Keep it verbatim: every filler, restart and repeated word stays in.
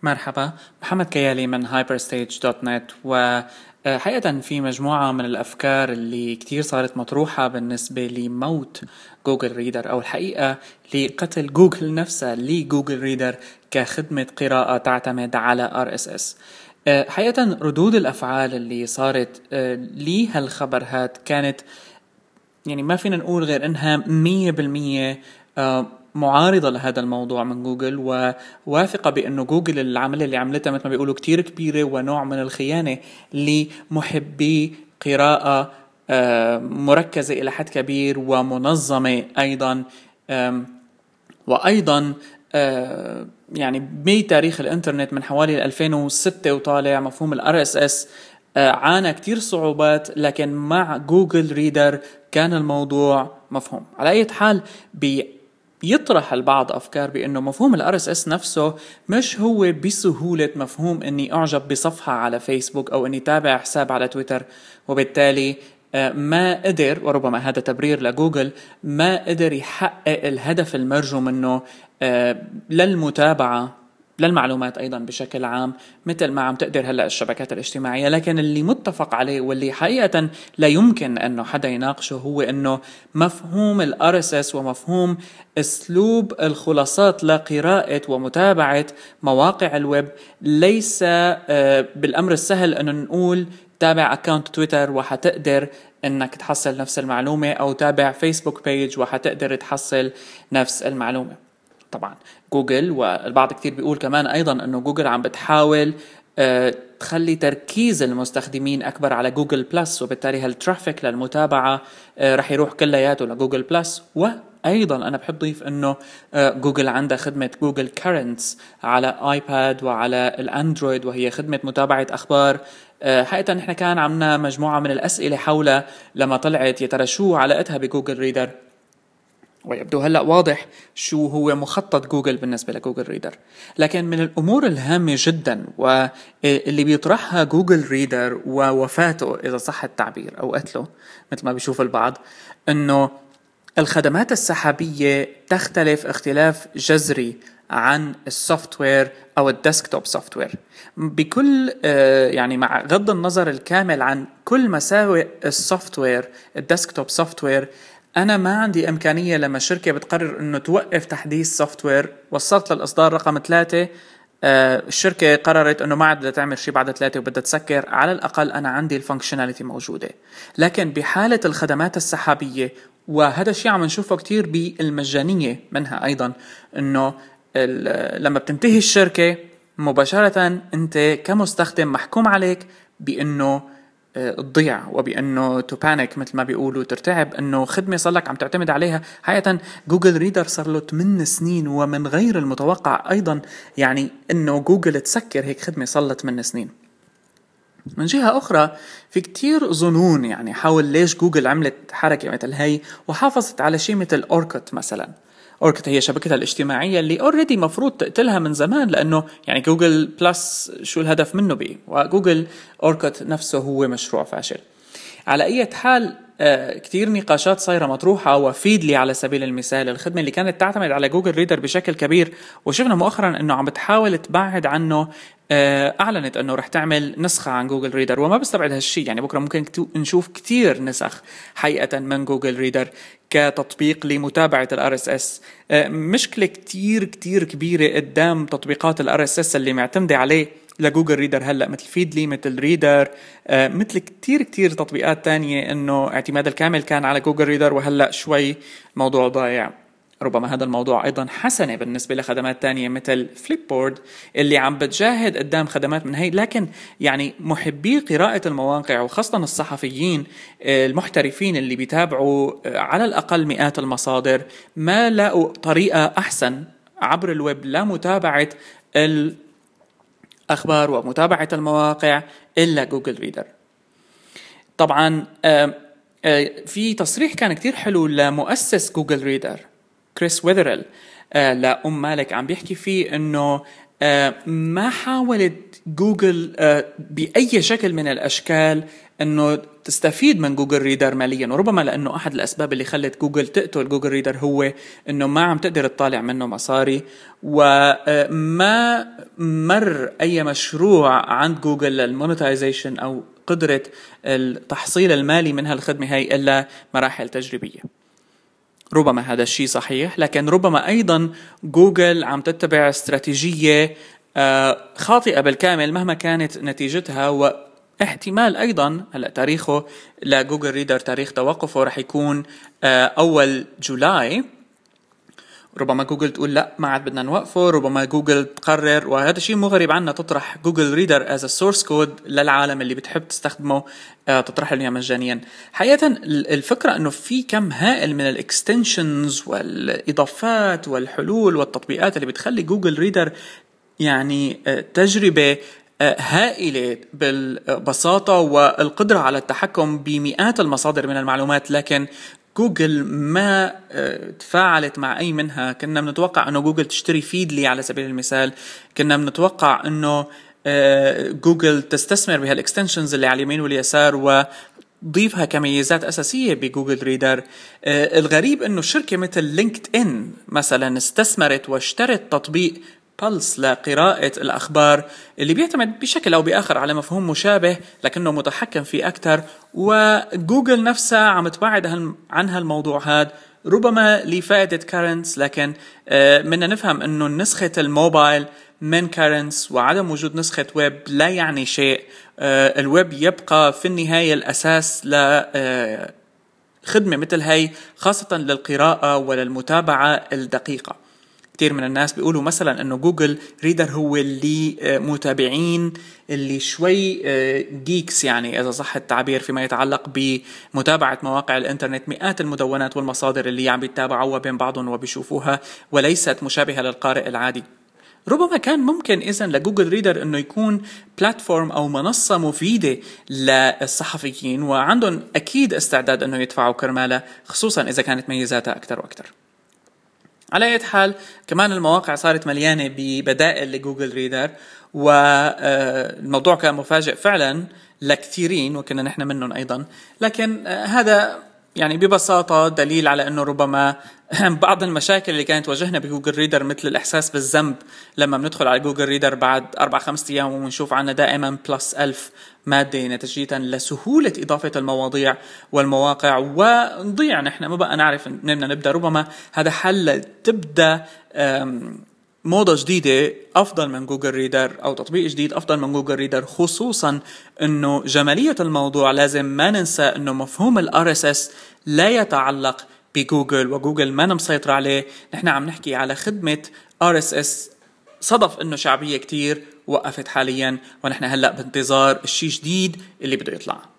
مرحبا، محمد كيالي من هايبرستيج دوت نت. وحقيقة في مجموعة من الأفكار اللي كتير صارت مطروحة بالنسبة لموت جوجل ريدر، أو الحقيقة لقتل جوجل نفسها لجوجل ريدر كخدمة قراءة تعتمد على آر إس إس. حقيقة ردود الأفعال اللي صارت ليها الخبر هاد كانت يعني ما فينا نقول غير إنها مية بالمية معارضة لهذا الموضوع من جوجل، وواثقة بأنه جوجل العملية اللي عملتها مثل ما بيقولوا كتير كبيرة ونوع من الخيانة لمحبي قراءة مركزة إلى حد كبير ومنظمة أيضا. وأيضا يعني بتاريخ الإنترنت من حوالي ألفين وستة وطالع مفهوم ال آر إس إس عانى كتير صعوبات، لكن مع جوجل ريدر كان الموضوع مفهوم. على أي حال بيطرح البعض أفكار بأنه مفهوم ال آر إس إس نفسه مش هو بسهولة مفهوم أني أعجب بصفحة على فيسبوك أو أني تابع حساب على تويتر، وبالتالي ما قدر، وربما هذا تبرير لجوجل، ما قدر يحقق الهدف المرجو منه للمتابعة للمعلومات أيضا بشكل عام مثل ما عم تقدر هلأ الشبكات الاجتماعية. لكن اللي متفق عليه واللي حقيقة لا يمكن أنه حدا يناقشه هو أنه مفهوم ال آر إس إس ومفهوم أسلوب الخلاصات لقراءة ومتابعة مواقع الويب ليس بالأمر السهل أنه نقول تابع أكاونت تويتر وحتقدر أنك تحصل نفس المعلومة، أو تابع فيسبوك بيج وحتقدر تحصل نفس المعلومة. طبعا جوجل، والبعض كتير بيقول كمان أيضا أنه جوجل عم بتحاول أه تخلي تركيز المستخدمين أكبر على جوجل بلس، وبالتالي هالترافيك للمتابعة أه رح يروح كلياته لجوجل بلس. وأيضا أنا بحب ضيف أنه أه جوجل عندها خدمة جوجل كارنتس على آيباد وعلى الأندرويد، وهي خدمة متابعة أخبار. أه حقيقة نحن كان عمنا مجموعة من الأسئلة حولها لما طلعت يا ترى شو علاقتها بجوجل ريدر، ويبدو هلأ واضح شو هو مخطط جوجل بالنسبة لجوجل ريدر. لكن من الأمور الهامة جدا واللي بيطرحها جوجل ريدر ووفاته إذا صح التعبير أو قتله مثل ما بيشوف البعض، أنه الخدمات السحابية تختلف اختلاف جذري عن السوفتوير أو الديسكتوب سوفتوير، بكل يعني مع غض النظر الكامل عن كل مساوئ السوفتوير الديسكتوب سوفتوير. أنا ما عندي إمكانية لما شركة بتقرر إنه توقف تحديث سوفتوير، وصلت للإصدار رقم ثلاثة، آه الشركة قررت إنه ما عاد بدها تعمل شيء بعد ثلاثة وبدها تسكر، على الأقل أنا عندي الفانكشناليتي موجودة. لكن بحالة الخدمات السحابية، وهذا الشيء عم نشوفه كتير بالمجانية منها أيضا، إنه لما بتنتهي الشركة مباشرة أنت كمستخدم محكوم عليك بإنه تضيع، وبأنه تو بانيك مثل ما بيقولوا، ترتعب أنه خدمة صار لك عم تعتمد عليها. حقيقة جوجل ريدر صار له ثمان سنين، ومن غير المتوقع أيضا يعني أنه جوجل تسكر هيك خدمة صار له ثمان سنين. من جهة أخرى في كتير ظنون يعني حول ليش جوجل عملت حركة مثل هاي وحافظت على شيء مثل أوركت مثلا. أوركت هي شبكتها الاجتماعية اللي أوريدي مفروض تقتلها من زمان، لأنه يعني جوجل بلس شو الهدف منه بيه، وجوجل أوركت نفسه هو مشروع فاشل. على أي حال آه كتير نقاشات صايرة مطروحة، وفيدلي على سبيل المثال الخدمة اللي كانت تعتمد على جوجل ريدر بشكل كبير، وشفنا مؤخرا أنه عم بتحاول تبعد عنه. آه أعلنت أنه رح تعمل نسخة عن جوجل ريدر، وما بستبعد هالشي، يعني بكرة ممكن نشوف كتير نسخ حقيقة من جوجل ريدر كتطبيق لمتابعة ال آر إس إس. آه مشكلة كتير كتير كبيرة قدام تطبيقات ال آر إس إس اللي معتمدة عليه لجوجل ريدر هلأ، مثل فيدلي، مثل ريدر، آه مثل كتير كتير تطبيقات تانية، انه اعتماد الكامل كان على جوجل ريدر، وهلأ شوي موضوع ضايع. ربما هذا الموضوع أيضا حسنة بالنسبة لخدمات تانية مثل فليببورد اللي عم بتجاهد قدام خدمات من هاي. لكن يعني محبي قراءة المواقع وخاصة الصحفيين المحترفين اللي بيتابعوا على الأقل مئات المصادر ما لاقوا طريقة أحسن عبر الويب لمتابعة الأخبار ومتابعة المواقع إلا جوجل ريدر. طبعا في تصريح كان كتير حلو لمؤسس جوجل ريدر كريس ويذرل، آه لأم مالك، عم بيحكي فيه إنه ما حاولت جوجل بأي شكل من الأشكال أنه تستفيد من جوجل ريدر ماليا، وربما لأنه أحد الأسباب اللي خلت جوجل تقتل جوجل ريدر هو أنه ما عم تقدر تطالع منه مصاري، وما مر أي مشروع عند جوجل للمونتايزيشن أو قدرة التحصيل المالي من هالخدمة هاي إلا مراحل تجريبية. ربما هذا الشيء صحيح، لكن ربما أيضا جوجل عم تتبع استراتيجية خاطئة بالكامل مهما كانت نتيجتها. واحتمال أيضا هلأ تاريخه لجوجل ريدر تاريخ توقفه رح يكون أول جولاي، ربما جوجل تقول لا ما عاد بدنا نوقفه، ربما جوجل تقرر، وهذا شيء مو غريب عنا، تطرح جوجل ريدر as a source code للعالم اللي بتحب تستخدمه، تطرح لنا مجانيا. حقيقة الفكرة انه في كم هائل من الاكستنشنز والاضافات والحلول والتطبيقات اللي بتخلي جوجل ريدر يعني تجربة هائلة بالبساطة والقدرة على التحكم بمئات المصادر من المعلومات، لكن جوجل ما تفاعلت مع أي منها. كنا بنتوقع أنه جوجل تشتري فيدلي على سبيل المثال، كنا بنتوقع أنه جوجل تستثمر بهالاكستنشنز اللي على اليمين واليسار وضيفها كميزات أساسية بجوجل ريدر. الغريب أنه شركة مثل لينكد إن مثلا استثمرت واشترت تطبيق بلس لقراءة الأخبار اللي بيعتمد بشكل أو بآخر على مفهوم مشابه لكنه متحكم فيه أكثر، وجوجل نفسها عم تبعد عن هالموضوع هذا، ربما لفائدة كارنتس، لكن بدنا نفهم أنه نسخة الموبايل من كارنتس وعدم وجود نسخة ويب لا يعني شيء. الويب يبقى في النهاية الأساس لخدمة مثل هاي، خاصة للقراءة وللمتابعة الدقيقة. كتير من الناس بيقولوا مثلا انه جوجل ريدر هو اللي متابعين اللي شوي جيكس، يعني اذا صح التعبير، فيما يتعلق بمتابعة مواقع الانترنت، مئات المدونات والمصادر اللي عم بيتابعوها بين بعضهم وبيشوفوها وليست مشابهة للقارئ العادي. ربما كان ممكن إذن لجوجل ريدر انه يكون بلاتفورم او منصة مفيدة للصحفيين، وعندهم اكيد استعداد انه يدفعوا كرمالها، خصوصا اذا كانت ميزاتها اكثر واكثر. على أي حال كمان المواقع صارت مليانة ببدائل لجوجل ريدر، والموضوع كان مفاجئ فعلا لكثيرين وكنا نحن منهم أيضا، لكن هذا يعني ببساطة دليل على أنه ربما بعض المشاكل اللي كانت واجهنا بجوجل ريدر مثل الإحساس بالذنب لما بندخل على جوجل ريدر بعد أربع خمسة أيام ونشوف عنا دائما بلس ألف مادة نتيجة لسهولة إضافة المواضيع والمواقع، ونضيع نحن ما بقى نعرف منين نبدأ. ربما هذا حل تبدأ موضة جديدة أفضل من جوجل ريدر أو تطبيق جديد أفضل من جوجل ريدر، خصوصا أنه جمالية الموضوع لازم ما ننسى أنه مفهوم ال آر إس إس لا يتعلق بجوجل، وجوجل ما مسيطر عليه. نحن عم نحكي على خدمة آر إس إس صدف أنه شعبية كتير، وقفت حاليا ونحن هلأ بانتظار الشيء جديد اللي بده يطلع.